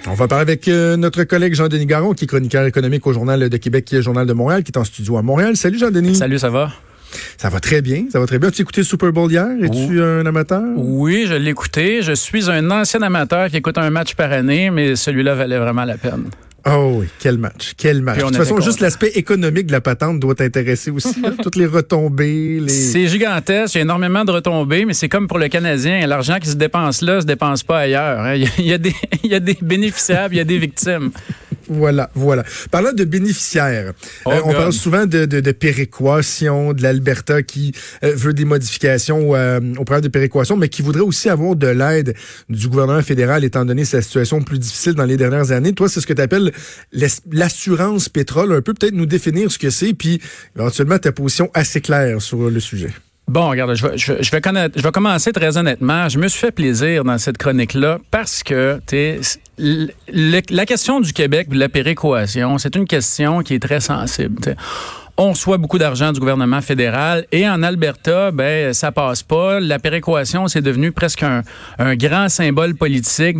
On va parler avec notre collègue Jean-Denis Garon, qui est chroniqueur économique au Journal de Québec, qui est le Journal de Montréal, qui est en studio à Montréal. Salut Jean-Denis. Salut, ça va? Ça va très bien, ça va très bien. As-tu écouté le Super Bowl hier? Es-tu un amateur? Oui, je l'ai écouté. Je suis un ancien amateur qui écoute un match par année, mais celui-là valait vraiment la peine. Oh oui, quel match, quel match. De toute façon, juste l'aspect économique de la patente doit t'intéresser aussi. Hein? Toutes les retombées. C'est gigantesque, il y a énormément de retombées, mais c'est comme pour le Canadien. L'argent qui se dépense là se dépense pas ailleurs. Hein? Il y a des bénéficiaires, il y a des victimes. Voilà. Parlant de bénéficiaires, on parle souvent de péréquation, de l'Alberta qui veut des modifications au programme de péréquation, mais qui voudrait aussi avoir de l'aide du gouvernement fédéral, étant donné sa situation plus difficile dans les dernières années. Toi, c'est ce que tu appelles l'assurance pétrole. Un peu, peut-être nous définir ce que c'est, puis éventuellement ta position assez claire sur le sujet. Bon, regarde, je vais commencer très honnêtement. Je me suis fait plaisir dans cette chronique-là parce que la question du Québec, de la péréquation, c'est une question qui est très sensible. T'sais. On reçoit beaucoup d'argent du gouvernement fédéral et en Alberta, ça passe pas. La péréquation, c'est devenu presque un grand symbole politique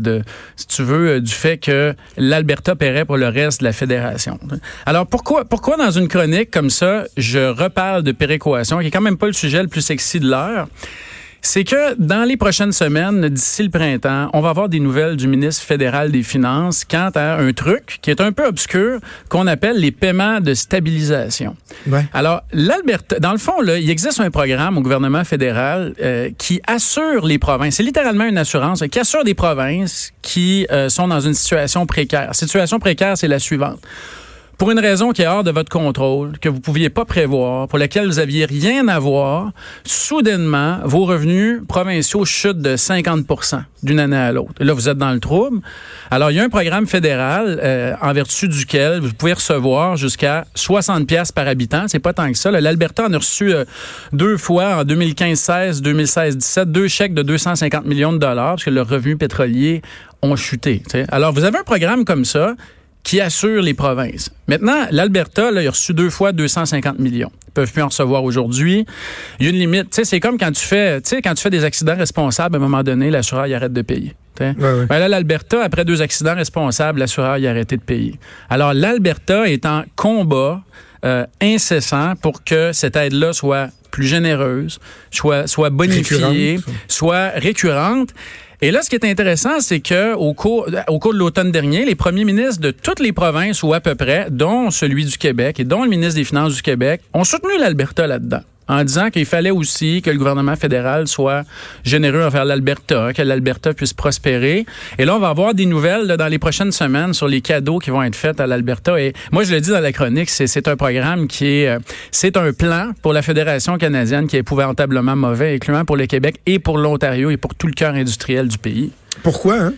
si tu veux, du fait que l'Alberta paierait pour le reste de la fédération. Alors, pourquoi dans une chronique comme ça, je reparle de péréquation, qui est quand même pas le sujet le plus sexy de l'heure? C'est que dans les prochaines semaines, d'ici le printemps, on va avoir des nouvelles du ministre fédéral des Finances quant à un truc qui est un peu obscur qu'on appelle les paiements de stabilisation. Ouais. Alors, l'Alberta, dans le fond, là, il existe un programme au gouvernement fédéral qui assure les provinces, c'est littéralement une assurance, qui assure des provinces qui sont dans une situation précaire. Situation précaire, c'est la suivante. Pour une raison qui est hors de votre contrôle, que vous ne pouviez pas prévoir, pour laquelle vous n'aviez rien à voir, soudainement, vos revenus provinciaux chutent de 50% d'une année à l'autre. Là, vous êtes dans le trouble. Alors, il y a un programme fédéral en vertu duquel vous pouvez recevoir jusqu'à 60 pièces par habitant. C'est pas tant que ça. L'Alberta en a reçu 2 fois en 2015-16, 2016-17, 2 chèques de 250 millions de dollars parce que leurs revenus pétroliers ont chuté. T'sais. Alors, vous avez un programme comme ça qui assure les provinces. Maintenant, l'Alberta, là, il a reçu 2 fois 250 millions. Ils peuvent plus en recevoir aujourd'hui. Il y a une limite. Tu sais, c'est comme quand tu fais des accidents responsables, à un moment donné, l'assureur, il arrête de payer. Ouais. Ben là, l'Alberta, après 2 accidents responsables, l'assureur, il a arrêté de payer. Alors, l'Alberta est en combat incessant pour que cette aide-là soit plus généreuse, soit bonifiée, soit récurrente. Et là, ce qui est intéressant, c'est que au cours de l'automne dernier, les premiers ministres de toutes les provinces, ou à peu près, dont celui du Québec et dont le ministre des Finances du Québec, ont soutenu l'Alberta là-dedans, en disant qu'il fallait aussi que le gouvernement fédéral soit généreux envers l'Alberta, que l'Alberta puisse prospérer. Et là, on va avoir des nouvelles là, dans les prochaines semaines sur les cadeaux qui vont être faits à l'Alberta. Et moi, je le dis dans la chronique, c'est un programme c'est un plan pour la Fédération canadienne qui est épouvantablement mauvais, incluant pour le Québec et pour l'Ontario et pour tout le cœur industriel du pays. Pourquoi, hein?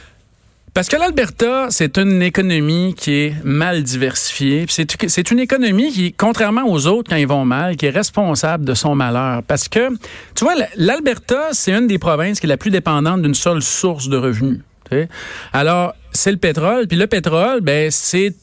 Parce que l'Alberta, c'est une économie qui est mal diversifiée. C'est une économie qui, contrairement aux autres quand ils vont mal, qui est responsable de son malheur. Parce que, tu vois, l'Alberta, c'est une des provinces qui est la plus dépendante d'une seule source de revenus. Okay? Alors, c'est le pétrole. Puis le pétrole, c'est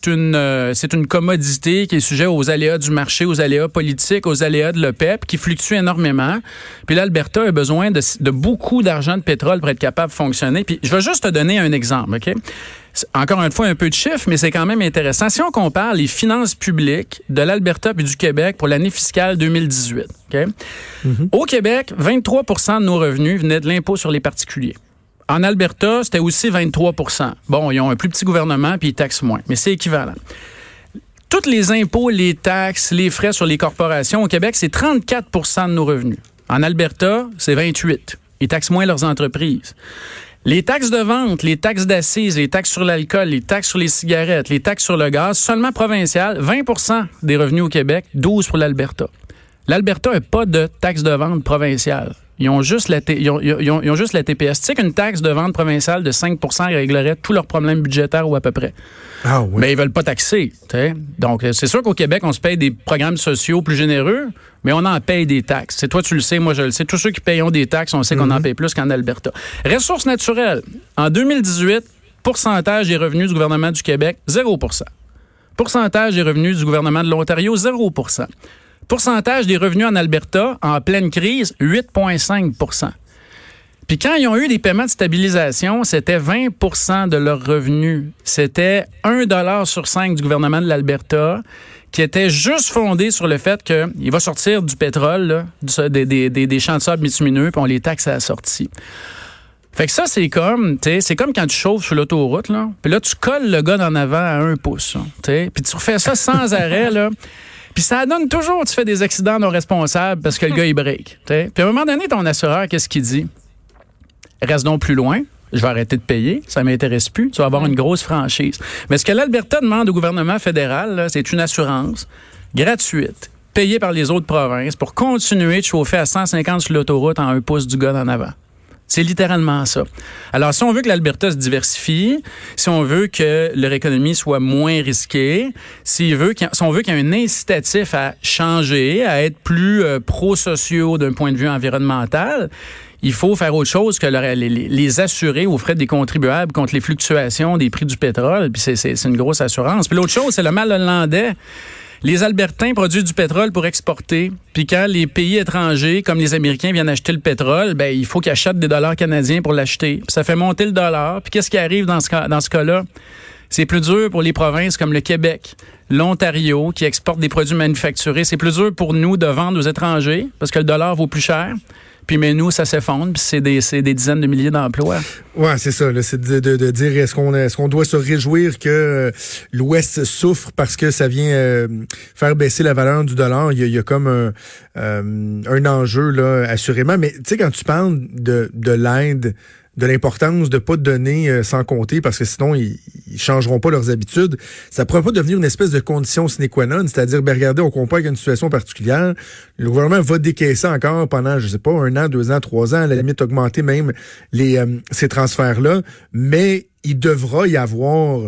une commodité qui est sujet aux aléas du marché, aux aléas politiques, aux aléas de l'OPEP, qui fluctuent énormément. Puis l'Alberta a besoin de beaucoup d'argent de pétrole pour être capable de fonctionner. Puis je vais juste te donner un exemple, OK? Encore une fois, un peu de chiffres, mais c'est quand même intéressant. Si on compare les finances publiques de l'Alberta et du Québec pour l'année fiscale 2018, OK? Mm-hmm. Au Québec, 23 % de nos revenus venaient de l'impôt sur les particuliers. En Alberta, c'était aussi 23 %. Bon, ils ont un plus petit gouvernement puis ils taxent moins, mais c'est équivalent. Tous les impôts, les taxes, les frais sur les corporations au Québec, c'est 34 % de nos revenus. En Alberta, c'est 28 %. Ils taxent moins leurs entreprises. Les taxes de vente, les taxes d'assises, les taxes sur l'alcool, les taxes sur les cigarettes, les taxes sur le gaz, seulement provinciales, 20 % des revenus au Québec, 12 % pour l'Alberta. L'Alberta n'a pas de taxe de vente provinciale. Ils ont juste la TPS. Tu sais qu'une taxe de vente provinciale de 5 % réglerait tous leurs problèmes budgétaires ou à peu près. Ah oui. Mais ils veulent pas taxer. T'sais. Donc, c'est sûr qu'au Québec, on se paye des programmes sociaux plus généreux, mais on en paye des taxes. C'est toi, tu le sais, moi, je le sais. Tous ceux qui payent des taxes, on sait qu'on en paye plus qu'en Alberta. Ressources naturelles. En 2018, pourcentage des revenus du gouvernement du Québec, 0 %. Pourcentage des revenus du gouvernement de l'Ontario, 0 %. Pourcentage des revenus en Alberta, en pleine crise, 8,5 %. Puis quand ils ont eu des paiements de stabilisation, c'était 20% de leurs revenus. C'était 1$ sur 5 du gouvernement de l'Alberta qui était juste fondé sur le fait qu'il va sortir du pétrole, là, des champs de sable bitumineux, puis on les taxe à la sortie. Fait que ça, c'est comme quand tu chauffes sur l'autoroute, là, puis là, tu colles le gars d'en avant à 1 pouce, puis tu refais ça sans arrêt, là. Puis ça donne toujours, tu fais des accidents non responsables parce que le gars, il break. Puis à un moment donné, ton assureur, qu'est-ce qu'il dit? Reste donc plus loin. Je vais arrêter de payer. Ça m'intéresse plus. Tu vas avoir une grosse franchise. Mais ce que l'Alberta demande au gouvernement fédéral, là, c'est une assurance gratuite, payée par les autres provinces pour continuer de chauffer à 150 sur l'autoroute en 1 pouce du gars d'en avant. C'est littéralement ça. Alors, si on veut que l'Alberta se diversifie, si on veut que leur économie soit moins risquée, si on veut qu'il y ait un incitatif à changer, à être plus pro-sociaux d'un point de vue environnemental, il faut faire autre chose que les assurer aux frais des contribuables contre les fluctuations des prix du pétrole. Puis c'est une grosse assurance. Puis l'autre chose, c'est le mal hollandais. Les Albertains produisent du pétrole pour exporter. Puis quand les pays étrangers, comme les Américains, viennent acheter le pétrole, ben il faut qu'ils achètent des dollars canadiens pour l'acheter. Puis ça fait monter le dollar. Puis qu'est-ce qui arrive dans ce cas-là? C'est plus dur pour les provinces comme le Québec, l'Ontario, qui exportent des produits manufacturés. C'est plus dur pour nous de vendre aux étrangers parce que le dollar vaut plus cher. Puis mais nous, ça s'effondre, puis c'est des dizaines de milliers d'emplois. Ouais, c'est ça. Là, c'est de dire est-ce qu'on doit se réjouir que l'Ouest souffre parce que ça vient faire baisser la valeur du dollar. Il y a comme un enjeu là, assurément. Mais tu sais, quand tu parles de l'aide, de l'importance de pas donner sans compter parce que sinon ils changeront pas leurs habitudes. Ça pourrait pas devenir une espèce de condition sine qua non, c'est-à-dire regardez, on compare avec une situation particulière, le gouvernement va décaisser encore pendant je sais pas 1 an, 2 ans, 3 ans, à la limite augmenter même ces transferts-là, mais il devra y avoir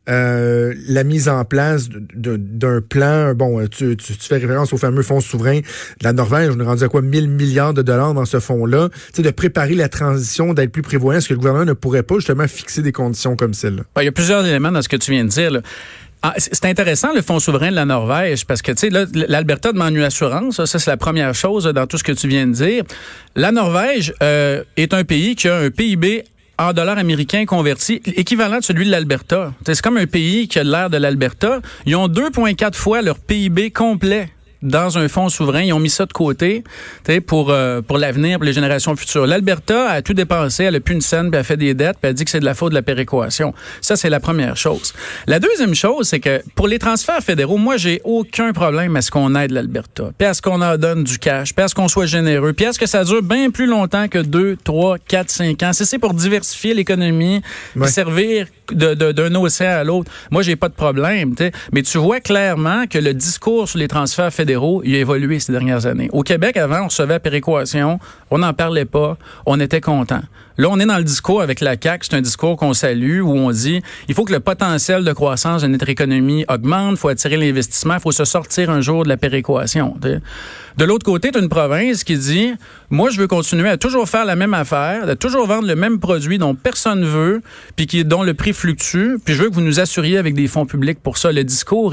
la mise en place d'un plan. Bon, tu fais référence au fameux fonds souverain de la Norvège. On est rendu à quoi? 1 000 milliards de dollars dans ce fonds-là. Tu sais, de préparer la transition, d'être plus prévoyant. Est-ce que le gouvernement ne pourrait pas justement fixer des conditions comme celle-là? Il y a plusieurs éléments dans ce que tu viens de dire, là. C'est intéressant, le fonds souverain de la Norvège, parce que, tu sais, là, l'Alberta demande une assurance. Ça, c'est la première chose dans tout ce que tu viens de dire. La Norvège est un pays qui a un PIB en dollars américains convertis, équivalent de celui de l'Alberta. C'est comme un pays qui a l'air de l'Alberta. Ils ont 2,4 fois leur PIB complet dans un fonds souverain. Ils ont mis ça de côté pour l'avenir, pour les générations futures. L'Alberta a tout dépensé, elle a plus une scène, puis elle fait des dettes, puis elle dit que c'est de la faute de la péréquation. Ça, c'est la première chose. La deuxième chose, c'est que pour les transferts fédéraux, moi, j'ai aucun problème à ce qu'on aide l'Alberta, puis à ce qu'on en donne du cash, puis à ce qu'on soit généreux, puis à ce que ça dure bien plus longtemps que 2, 3, 4, 5 ans. Si c'est pour diversifier l'économie, puis servir d'un océan à l'autre, moi, j'ai pas de problème. Mais tu vois clairement que le discours sur les transferts fédéraux, il a évolué ces dernières années. Au Québec, avant, on recevait la péréquation, on n'en parlait pas, on était content. Là, on est dans le discours avec la CAQ, c'est un discours qu'on salue, où on dit il faut que le potentiel de croissance de notre économie augmente, il faut attirer l'investissement, il faut se sortir un jour de la péréquation. De l'autre côté, tu as une province qui dit moi, je veux continuer à toujours faire la même affaire, à toujours vendre le même produit dont personne veut, puis dont le prix fluctue, puis je veux que vous nous assuriez avec des fonds publics pour ça. Le discours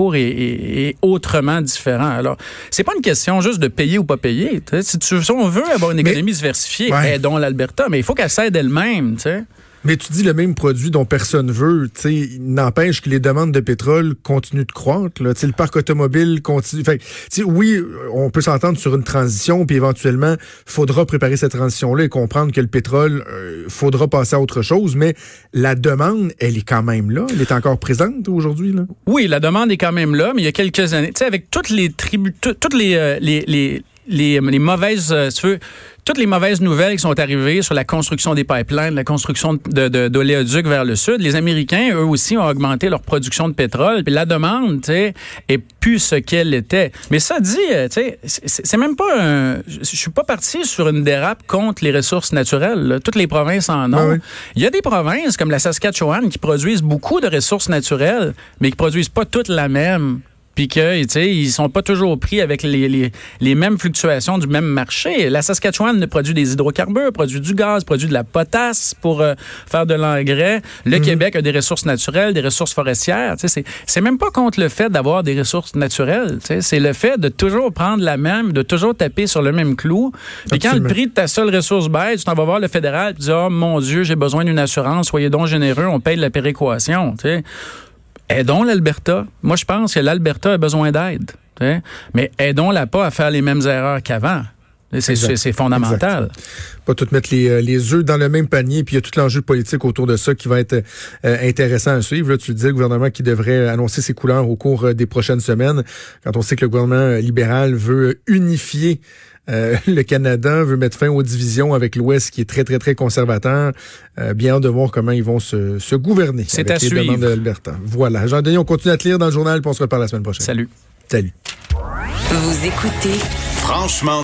est autrement différent. Alors, c'est pas une question juste de payer ou pas payer. Si on veut avoir une économie diversifiée, aidons l'Alberta, mais il faut qu'elle s'aide elle-même, tu sais. Mais tu dis le même produit dont personne veut, tu sais, n'empêche que les demandes de pétrole continuent de croître, là. Tu sais, le parc automobile continue. Fait, tu sais, oui, on peut s'entendre sur une transition, puis éventuellement, faudra préparer cette transition-là et comprendre que le pétrole, faudra passer à autre chose, mais la demande, elle est quand même là, elle est encore présente aujourd'hui, là. Oui, la demande est quand même là, mais il y a quelques années, tu sais, avec toutes les toutes les mauvaises, si tu veux, toutes les mauvaises nouvelles qui sont arrivées sur la construction des pipelines, la construction d'oléoducs vers le sud, les Américains, eux aussi, ont augmenté leur production de pétrole. Puis la demande, tu sais, est plus ce qu'elle était. Mais ça dit, tu sais, c'est même pas je suis pas parti sur une dérape contre les ressources naturelles, là. Toutes les provinces en ont. Oui. Il y a des provinces comme la Saskatchewan qui produisent beaucoup de ressources naturelles, mais qui produisent pas toutes la même. puis que, tu sais, ils sont pas toujours pris avec les mêmes fluctuations du même marché. La Saskatchewan produit des hydrocarbures, produit du gaz, produit de la potasse pour faire de l'engrais. Le Québec a des ressources naturelles, des ressources forestières. Tu sais, c'est même pas contre le fait d'avoir des ressources naturelles. Tu sais, c'est le fait de toujours prendre la même, de toujours taper sur le même clou. Puis quand le prix de ta seule ressource baisse, tu t'en vas voir le fédéral et tu dis « Oh mon Dieu, j'ai besoin d'une assurance, soyez donc généreux, on paye de la péréquation. » Tu sais. Aidons l'Alberta. Moi, je pense que l'Alberta a besoin d'aide. Tu sais. Mais aidons-la pas à faire les mêmes erreurs qu'avant. C'est fondamental. Exact. Pas tout mettre les œufs dans le même panier, puis il y a tout l'enjeu politique autour de ça qui va être intéressant à suivre. Là, tu le dis, le gouvernement qui devrait annoncer ses couleurs au cours des prochaines semaines, quand on sait que le gouvernement libéral veut unifier le Canada, veut mettre fin aux divisions avec l'Ouest qui est très, très, très conservateur. Bien hâte de voir comment ils vont se gouverner avec les demandes de l'Alberta. Voilà. Jean-Denis, on continue à te lire dans le journal, puis on se reparle la semaine prochaine. Salut. Salut. Vous écoutez Franchement